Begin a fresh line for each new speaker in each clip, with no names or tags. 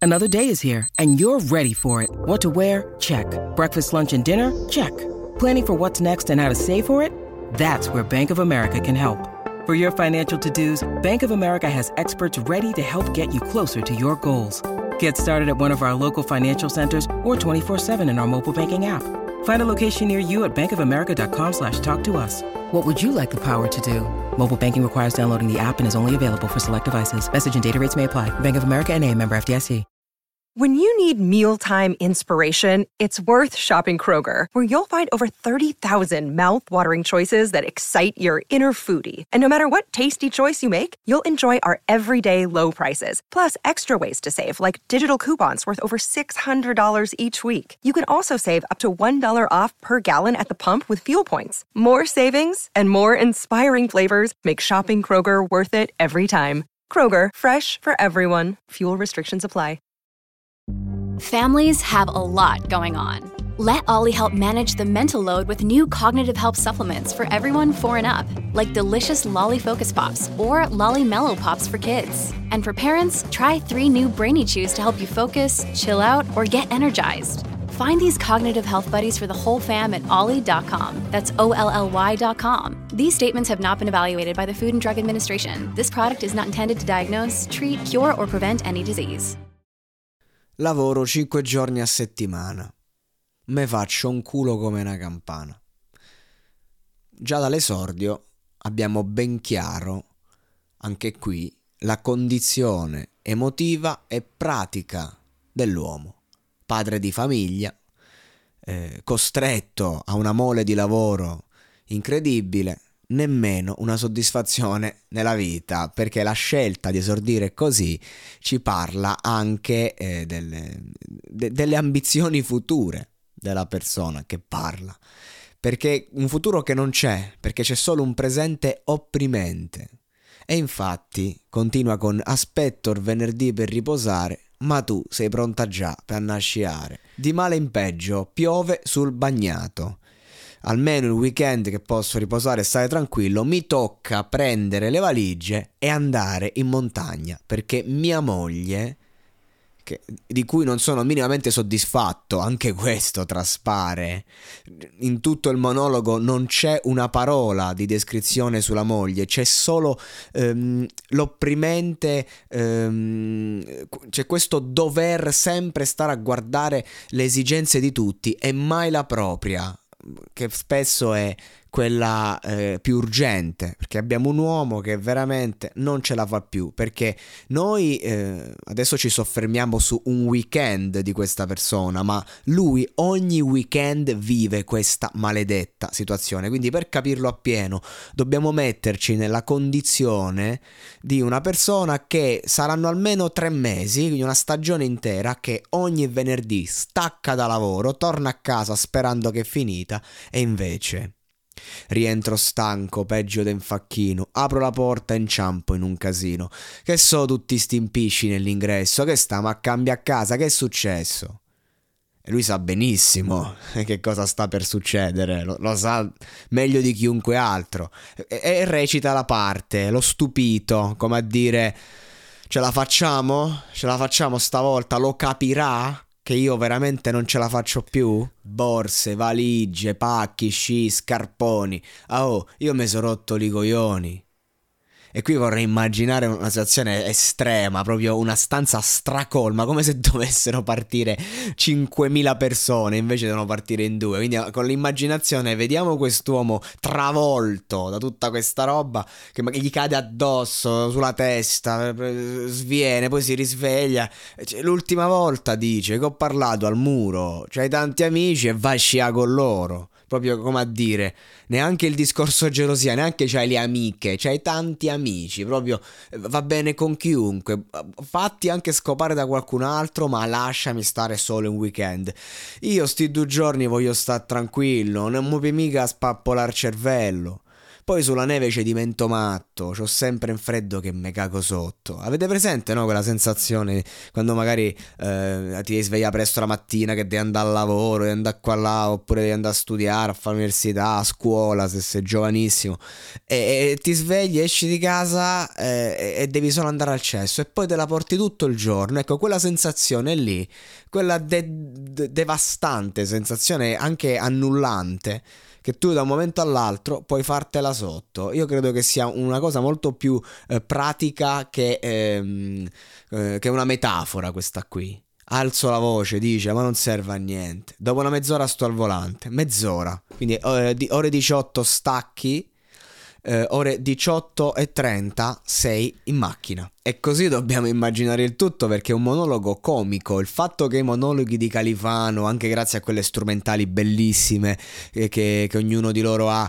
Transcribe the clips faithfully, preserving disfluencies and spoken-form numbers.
Another day is here, and you're ready for it. What to wear? Check. Breakfast, lunch, and dinner? Check. Planning for what's next and how to save for it? That's where Bank of America can help. For your financial to-dos, Bank of America has experts ready to help get you closer to your goals. Get started at one of our local financial centers or twenty-four seven in our mobile banking app. Find a location near you at bankofamerica.com slash talk to us. What would you like the power to do? Mobile banking requires downloading the app and is only available for select devices. Message and data rates may apply. Bank of America N A, member F D I C.
When you need mealtime inspiration, it's worth shopping Kroger, where you'll find over thirty thousand mouth-watering choices that excite your inner foodie. And no matter what tasty choice you make, you'll enjoy our everyday low prices, plus extra ways to save, like digital coupons worth over six hundred dollars each week. You can also save up to one dollar off per gallon at the pump with fuel points. More savings and more inspiring flavors make shopping Kroger worth it every time. Kroger, fresh for everyone. Fuel restrictions apply.
Families have a lot going on. Let Ollie help manage the mental load with new cognitive help supplements for everyone four and up, like delicious Lolly Focus Pops or Lolly Mellow Pops for kids. And for parents, try three new Brainy Chews to help you focus, chill out, or get energized. Find these cognitive health buddies for the whole fam at ollie dot com. That's O L L Y dot com. These statements have not been evaluated by the Food and Drug Administration. This product is not intended to diagnose, treat, cure, or prevent any disease.
Lavoro cinque giorni a settimana. Me faccio un culo come una campana. Già dall'esordio abbiamo ben chiaro, anche qui, la condizione emotiva e pratica dell'uomo. Padre di famiglia, eh, costretto a una mole di lavoro incredibile, nemmeno una soddisfazione nella vita, perché la scelta di esordire così ci parla anche eh, delle, de, delle ambizioni future della persona che parla, perché un futuro che non c'è, perché c'è solo un presente opprimente. E infatti continua con aspetto il venerdì per riposare, ma tu sei pronta già per annasciare. Di male in peggio, piove sul bagnato. Almeno il weekend che posso riposare e stare tranquillo, mi tocca prendere le valigie e andare in montagna, perché mia moglie, che, di cui non sono minimamente soddisfatto, anche questo traspare, in tutto il monologo non c'è una parola di descrizione sulla moglie, c'è solo ehm, l'opprimente, ehm, c'è questo dover sempre stare a guardare le esigenze di tutti e mai la propria, che spesso è quella eh, più urgente, perché abbiamo un uomo che veramente non ce la fa più, perché noi eh, adesso ci soffermiamo su un weekend di questa persona, ma lui ogni weekend vive questa maledetta situazione, quindi per capirlo appieno dobbiamo metterci nella condizione di una persona che saranno almeno tre mesi, quindi una stagione intera, che ogni venerdì stacca da lavoro, torna a casa sperando che è finita e invece rientro stanco, peggio d'un facchino, apro la porta e inciampo in un casino. Che so tutti sti impisci nell'ingresso, che stiamo a cambio a casa, che è successo? E lui sa benissimo che cosa sta per succedere, lo, lo sa meglio di chiunque altro, e, e recita la parte, lo stupito, come a dire: ce la facciamo? Ce la facciamo stavolta? Lo capirà che io veramente non ce la faccio più? Borse, valigie, pacchi, sci, scarponi. Ah, oh, io mi sono rotto i coglioni. E qui vorrei immaginare una situazione estrema, proprio una stanza stracolma, come se dovessero partire cinquemila persone, invece devono partire in due. Quindi con l'immaginazione vediamo quest'uomo travolto da tutta questa roba che gli cade addosso, sulla testa, sviene, poi si risveglia. L'ultima volta, dice, che ho parlato al muro, c'hai tanti amici e vai a sciare con loro. Proprio come a dire, neanche il discorso gelosia, neanche c'hai le amiche, c'hai tanti amici, proprio va bene con chiunque, fatti anche scopare da qualcun altro, ma lasciami stare solo un weekend. Io sti due giorni voglio stare tranquillo, non mi puoi mica spappolare cervello. poi sulla neve ci divento matto, c'ho sempre in freddo che me cago sotto. Avete presente, no, quella sensazione quando magari eh, ti sveglia presto la mattina che devi andare al lavoro, devi andare qua là, oppure devi andare a studiare, a fare l'università, a scuola se sei giovanissimo, e, e ti svegli, esci di casa eh, e devi solo andare al cesso e poi te la porti tutto il giorno. Ecco, quella sensazione lì, quella de- de- devastante sensazione, anche annullante, che tu da un momento all'altro puoi fartela sotto. Io credo che sia una cosa molto più eh, pratica che, ehm, eh, che una metafora questa qui. Alzo la voce, dice, ma non serve a niente. Dopo una mezz'ora sto al volante, mezz'ora. Quindi eh, di, ore diciotto stacchi, eh, ore diciotto e trenta sei in macchina. E così dobbiamo immaginare il tutto, perché è un monologo comico. Il fatto che i monologhi di Califano, anche grazie a quelle strumentali bellissime eh, che, che ognuno di loro ha,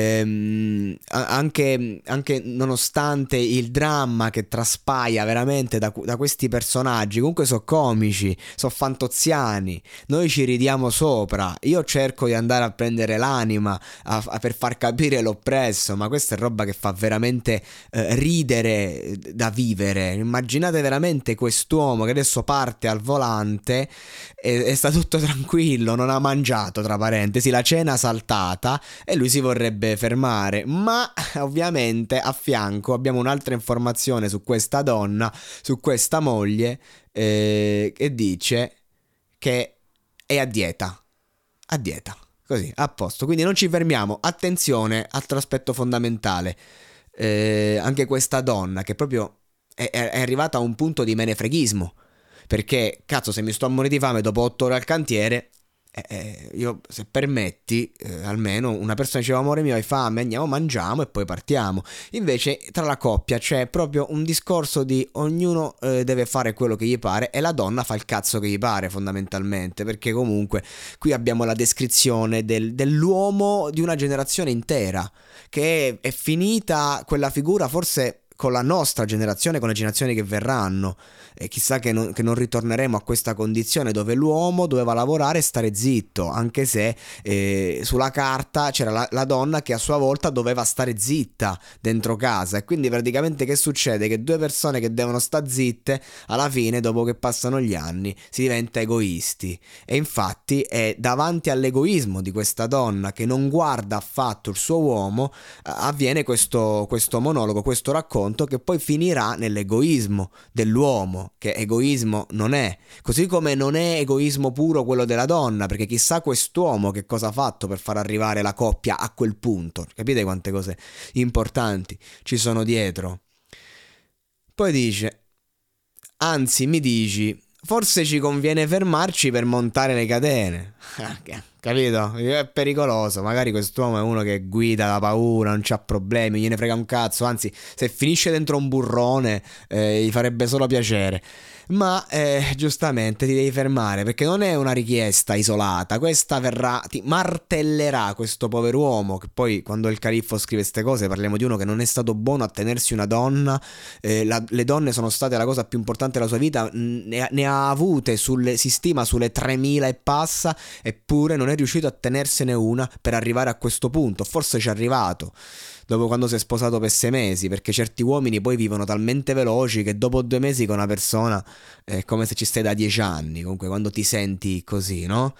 ehm, anche, anche nonostante il dramma che traspaia veramente da, da questi personaggi, comunque sono comici, sono fantoziani, noi ci ridiamo sopra. Io cerco di andare a prendere l'anima a, a, per far capire l'oppresso, ma questa è roba che fa veramente eh, ridere da vivere. Immaginate veramente quest'uomo che adesso parte al volante e, e sta tutto tranquillo, non ha mangiato, tra parentesi, la cena saltata, e lui si vorrebbe fermare, ma ovviamente a fianco abbiamo un'altra informazione su questa donna, su questa moglie, eh, che dice che è a dieta, a dieta, così, a posto. Quindi non ci fermiamo, attenzione, altro aspetto fondamentale, eh, anche questa donna che proprio è arrivata a un punto di menefreghismo, perché cazzo, se mi sto a morire di fame dopo otto ore al cantiere, eh, eh, io, se permetti, eh, almeno una persona diceva amore mio hai fame, andiamo, mangiamo e poi partiamo. Invece tra la coppia c'è proprio un discorso di ognuno eh, deve fare quello che gli pare, e la donna fa il cazzo che gli pare fondamentalmente, perché comunque qui abbiamo la descrizione del, dell'uomo di una generazione intera, che è, è finita quella figura forse con la nostra generazione, con le generazioni che verranno, e chissà che non, che non ritorneremo a questa condizione dove l'uomo doveva lavorare e stare zitto, anche se eh, sulla carta c'era la, la donna che a sua volta doveva stare zitta dentro casa. E quindi praticamente che succede? Che due persone che devono stare zitte, alla fine, dopo che passano gli anni, si diventa egoisti. E infatti è davanti all'egoismo di questa donna che non guarda affatto il suo uomo, avviene questo, questo monologo, questo racconto, che poi finirà nell'egoismo dell'uomo, che egoismo non è, così come non è egoismo puro quello della donna, perché chissà quest'uomo che cosa ha fatto per far arrivare la coppia a quel punto. Capite quante cose importanti ci sono dietro? Poi dice, anzi mi dici, forse ci conviene fermarci per montare le catene. Capito? È pericoloso. Magari quest'uomo è uno che guida la paura, non c'ha problemi, gliene frega un cazzo. Anzi, se finisce dentro un burrone eh, gli farebbe solo piacere. Ma eh, giustamente ti devi fermare, perché non è una richiesta isolata. Questa verrà, ti martellerà questo pover'uomo, che poi quando il califfo scrive queste cose parliamo di uno che non è stato buono a tenersi una donna. eh, la, le donne sono state la cosa più importante della sua vita, ne, ne ha avute sulle, si stima sulle tremila e passa, eppure non è riuscito a tenersene una per arrivare a questo punto. Forse ci è arrivato dopo, quando si è sposato per sei mesi, perché certi uomini poi vivono talmente veloci che dopo due mesi con una persona è come se ci stai da dieci anni, comunque quando ti senti così, no?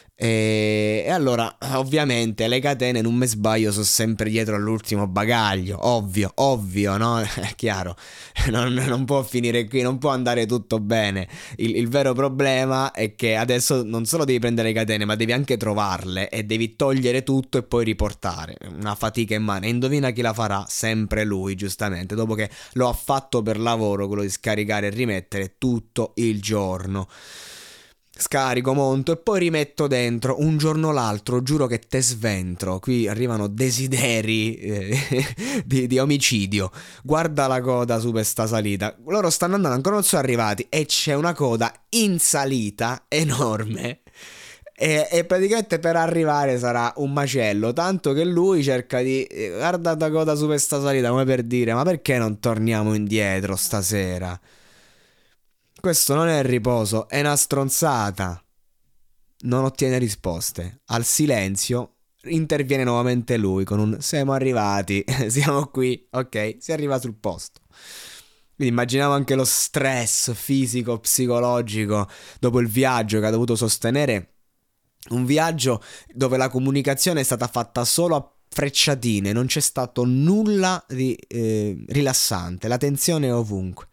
E, e allora ovviamente le catene, non mi sbaglio, sono sempre dietro all'ultimo bagaglio, ovvio, ovvio, no? È chiaro, non, non può finire qui, non può andare tutto bene. Il, il vero problema è che adesso non solo devi prendere le catene, ma devi anche trovarle e devi togliere tutto e poi riportare. Una fatica immane. E indovina chi la farà? Sempre lui, giustamente, dopo che lo ha fatto per lavoro, quello di scaricare e rimettere tutto il giorno. Scarico, monto e poi rimetto dentro. Un giorno o l'altro, giuro che te sventro. Qui arrivano desideri eh, di, di omicidio. Guarda la coda su questa salita. Loro stanno andando, ancora non sono arrivati, e c'è una coda in salita enorme. E, e praticamente per arrivare sarà un macello, tanto che lui cerca di guarda la coda su questa salita, come per dire, ma perché non torniamo indietro stasera? Questo non è il riposo, è una stronzata. Non ottiene risposte. Al silenzio interviene nuovamente lui con un siamo arrivati, siamo qui, ok, si arriva sul posto. Quindi immaginavo anche lo stress fisico, psicologico dopo il viaggio che ha dovuto sostenere, un viaggio dove la comunicazione è stata fatta solo a frecciatine, non c'è stato nulla di eh, rilassante, la tensione è ovunque.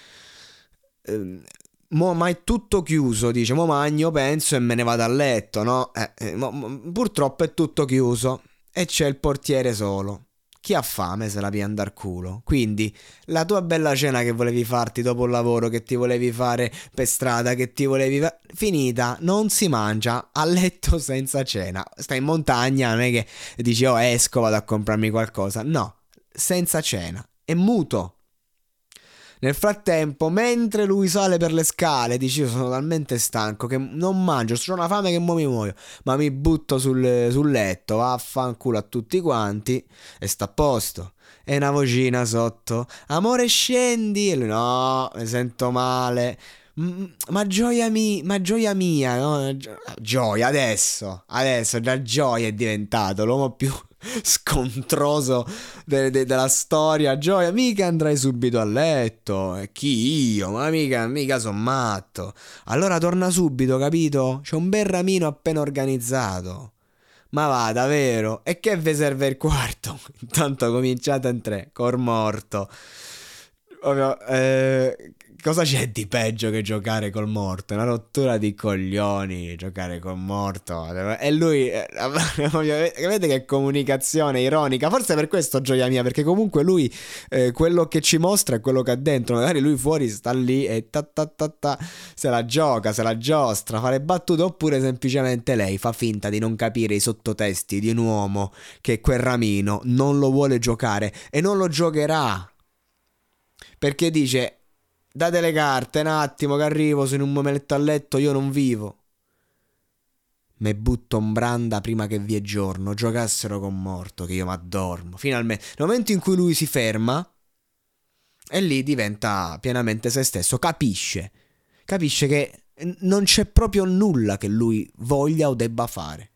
Eh, mo ma è tutto chiuso, dice, mo magno, penso e me ne vado a letto, no? Eh, eh, mo, mo, purtroppo è tutto chiuso e c'è il portiere solo. Chi ha fame se la pia andar culo. Quindi la tua bella cena che volevi farti dopo il lavoro, che ti volevi fare per strada, che ti volevi fa- finita, non si mangia, a letto senza cena. Stai in montagna, non è che dici oh esco, vado a comprarmi qualcosa. No, senza cena, è muto. Nel frattempo, mentre lui sale per le scale, dici io sono talmente stanco che non mangio, ho una fame che mo mi muoio, ma mi butto sul, sul letto, vaffanculo a tutti quanti e sta a posto. E una vocina sotto, amore scendi, e lui no, mi sento male. Ma gioia mia, ma gioia mia, no? Gioia adesso, adesso già Gioia è diventato l'uomo più scontroso de- de- della storia. Gioia, mica andrai subito a letto. E chi io? Ma mica, mica son matto. Allora torna subito, capito? C'è un bel ramino appena organizzato. Ma va, davvero? E che vi serve il quarto? Intanto cominciate in tre, cor morto. Ovvio, eh, cosa c'è di peggio che giocare col morto? È una rottura di coglioni giocare col morto. E lui, eh, vedete che comunicazione ironica. Forse per questo gioia mia, perché comunque lui eh, quello che ci mostra è quello che ha dentro. Magari lui fuori sta lì e ta ta ta ta, se la gioca, se la giostra, fa le battute, oppure semplicemente lei fa finta di non capire i sottotesti di un uomo che quel ramino non lo vuole giocare e non lo giocherà. Perché dice, date le carte un attimo che arrivo, se in un momento a letto io non vivo. Me butto in branda prima che vi è giorno, giocassero con morto che io m'addormo. Finalmente, nel momento in cui lui si ferma, e lì diventa pienamente se stesso, capisce, capisce che non c'è proprio nulla che lui voglia o debba fare.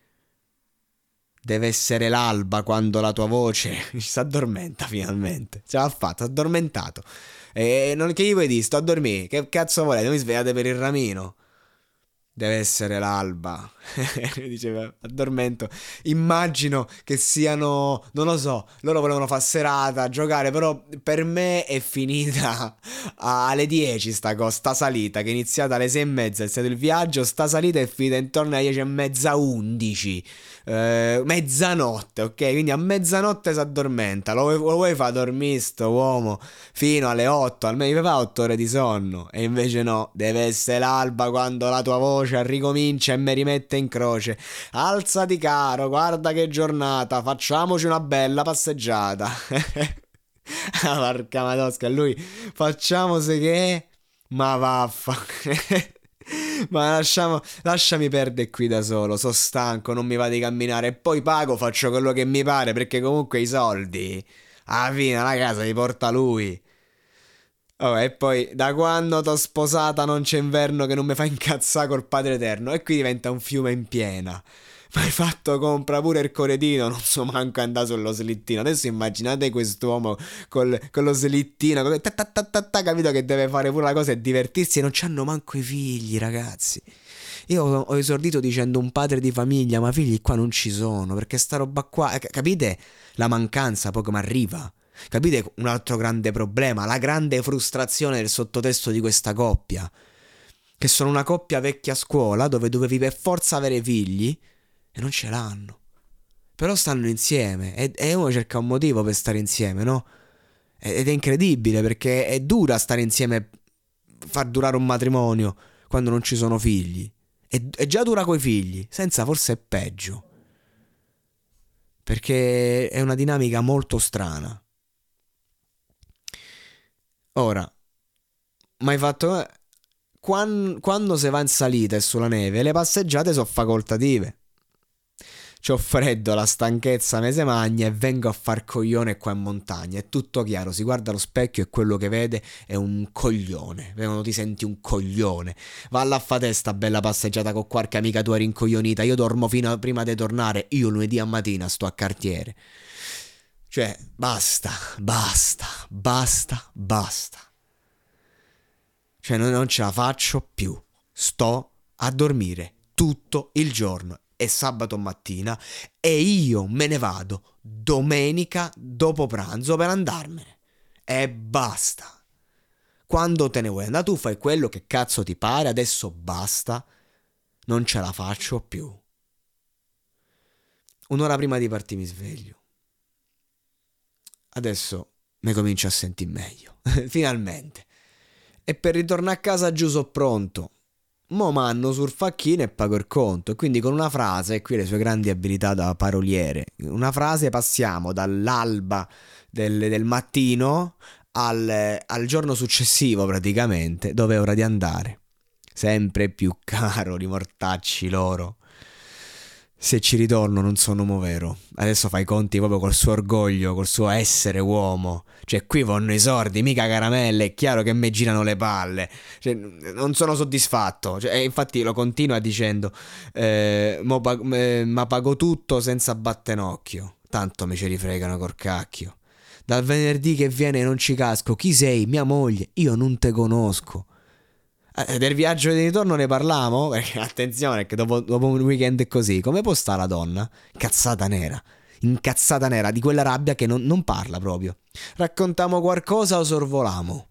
Deve essere l'alba quando la tua voce si addormenta finalmente. Ce l'ha fatta, addormentato. E non che gli vuoi dire, sto a dormire. Che cazzo volete? Mi svegliate per il ramino. Deve essere l'alba. Diceva, addormento. Immagino che siano, non lo so, loro volevano fare serata, giocare, però per me è finita alle dieci sta cosa, sta salita, che è iniziata alle sei e mezza, è stato il viaggio, sta salita è finita intorno alle dieci e mezza, undici. Eh, mezzanotte, ok? Quindi a mezzanotte si addormenta. Lo vuoi, lo vuoi far dormire sto uomo fino alle otto, almeno gli fa otto ore di sonno. E invece no, deve essere l'alba quando la tua voce ricomincia e mi rimette in croce. Alzati caro, guarda che giornata, facciamoci una bella passeggiata. Ah, porca madosca, lui facciamo se che, ma vaffa. Ma lasciamo, lasciami perdere qui da solo, sono stanco, non mi va di camminare e poi pago, faccio quello che mi pare, perché comunque i soldi alla fine la casa li porta lui. Oh, e poi da quando t'ho sposata non c'è inverno che non mi fa incazzare col Padre Eterno, e qui diventa un fiume in piena. Ma hai fatto compra pure il coretino, non so manco andare sullo slittino. Adesso immaginate quest'uomo col, con lo slittino, con... ta ta ta ta ta, capito che deve fare pure la cosa e divertirsi, e non c'hanno manco i figli, ragazzi. Io ho esordito dicendo un padre di famiglia, ma figli qua non ci sono, perché sta roba qua, capite la mancanza poi come arriva? Capite un altro grande problema, la grande frustrazione del sottotesto di questa coppia, che sono una coppia vecchia scuola dove dovevi per forza avere figli e non ce l'hanno, però stanno insieme e, e uno cerca un motivo per stare insieme, no? Ed è incredibile perché è dura stare insieme, far durare un matrimonio quando non ci sono figli. È, è già dura coi figli, senza forse è peggio, perché è una dinamica molto strana. Ora, mai fatto... Quando, quando si va in salita e sulla neve, le passeggiate sono facoltative. c'ho freddo, la stanchezza me se magna e vengo a far coglione qua in montagna. È tutto chiaro, si guarda allo specchio e quello che vede è un coglione. Quando ti senti un coglione, valla a fa testa, bella passeggiata con qualche amica tua rincoglionita. Io dormo fino a prima di tornare, io lunedì a mattina sto a Cartiere. Cioè, basta, basta, basta, basta. Cioè, non, non ce la faccio più. Sto a dormire tutto il giorno. È sabato mattina e io me ne vado domenica dopo pranzo per andarmene. E basta. Quando te ne vuoi andare tu fai quello che cazzo ti pare, adesso basta. Non ce la faccio più. Un'ora prima di partire mi sveglio. Adesso mi comincio a sentire meglio. Finalmente. E per ritornare a casa giù so pronto. Mo manno sul facchino e pago il conto. E quindi con una frase, e qui le sue grandi abilità da paroliere, una frase passiamo dall'alba del, del mattino al, al giorno successivo praticamente, dove è ora di andare. Sempre più caro, li mortacci loro. Se ci ritorno non sono uomo vero. Adesso fai i conti proprio col suo orgoglio, col suo essere uomo. Cioè qui vanno i sordi, mica caramelle, è chiaro che mi girano le palle. Cioè, non sono soddisfatto. Cioè, infatti lo continua dicendo eh, mo pag- eh, ma pago tutto senza battenocchio. Tanto mi ci rifregano col cacchio. Dal venerdì che viene non ci casco. Chi sei? Mia moglie. Io non te conosco. Eh, del viaggio di ritorno ne parliamo? Perché attenzione che dopo, dopo un weekend così, come può stare la donna? Incazzata nera. Incazzata nera, di quella rabbia che non, non parla proprio. Raccontiamo qualcosa o sorvolamo?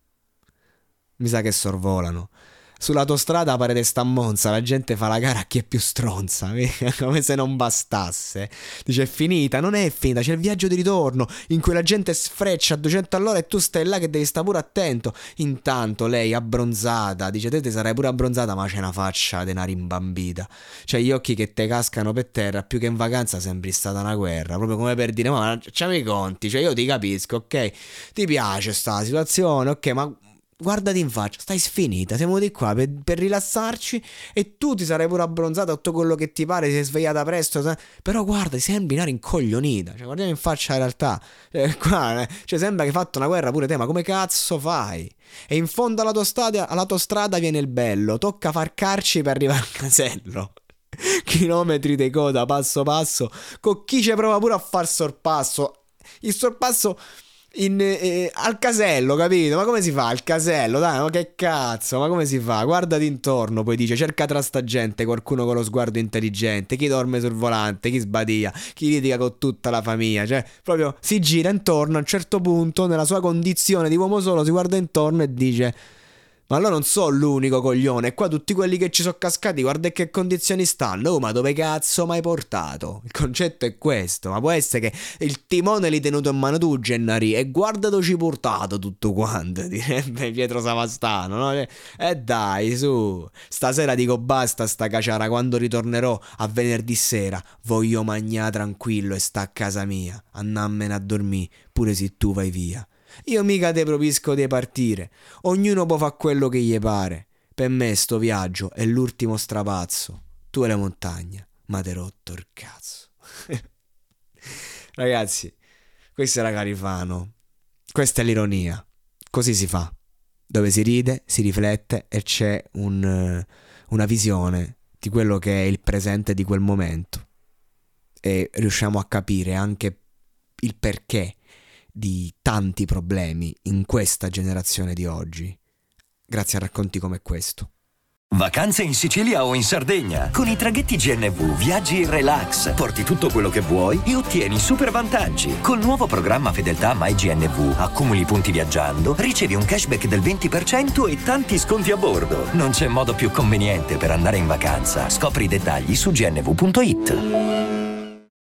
Mi sa che sorvolano. Sull'autostrada pare de sta a Monza, la gente fa la gara a chi è più stronza, come se non bastasse. Dice è finita, non è finita, c'è il viaggio di ritorno in cui la gente sfreccia a duecento all'ora e tu stai là che devi stare pure attento. Intanto lei abbronzata, dice te te sarai pure abbronzata ma c'è una faccia de una rimbambita. Cioè gli occhi che te cascano per terra, più che in vacanza sembri stata una guerra, proprio come per dire ma facciamo i conti, cioè io ti capisco, ok? Ti piace sta situazione, ok, ma guardati in faccia, stai sfinita, siamo di qua per, per rilassarci e tu ti sarai pure abbronzata tutto quello che ti pare, ti sei svegliata presto, sa? Però guarda, ti sembri una rincoglionita, cioè guardiamo in faccia la realtà, eh, qua, eh, cioè sembra che hai fatto una guerra pure te, ma come cazzo fai? E in fondo all'autostrada, all'autostrada viene il bello, tocca far carci per arrivare al casello. Chilometri di coda, passo passo, con chi ci prova pure a far sorpasso, il sorpasso... In, eh, al casello, capito? Ma come si fa? Al casello, dai, ma che cazzo? Ma come si fa? Guardati intorno, poi dice cerca tra sta gente qualcuno con lo sguardo intelligente, chi dorme sul volante, chi sbadia, chi litiga con tutta la famiglia. Cioè, proprio si gira intorno a un certo punto, nella sua condizione di uomo solo, si guarda intorno e dice ma allora non sono l'unico coglione, e qua tutti quelli che ci sono cascati, guarda che condizioni stanno. Oh, ma dove cazzo mi hai portato? Il concetto è questo. Ma può essere che il timone l'hai tenuto in mano tu, Gennari, e guarda dove ci hai portato tutto quanto, direbbe Pietro Savastano, no? E eh dai, su, stasera dico basta sta caciara, quando ritornerò a venerdì sera voglio mangiare tranquillo e sta a casa mia, andammene a dormire, pure se tu vai via. Io mica te proibisco di partire, ognuno può fare quello che gli pare. Per me sto viaggio è l'ultimo strapazzo. Tu e la montagna, ma te rotto il cazzo. Ragazzi, questo era Califano. Questa è l'ironia. Così si fa. Dove si ride, si riflette e c'è un, una visione di quello che è il presente di quel momento. E riusciamo a capire anche il perché di tanti problemi in questa generazione di oggi, grazie a racconti come questo.
Vacanze in Sicilia o in Sardegna. Con i traghetti G N V viaggi in relax, porti tutto quello che vuoi e ottieni super vantaggi. Col nuovo programma Fedeltà MyGNV accumuli punti viaggiando, ricevi un cashback del venti per cento e tanti sconti a bordo. Non c'è modo più conveniente per andare in vacanza. Scopri i dettagli su gnv punto it.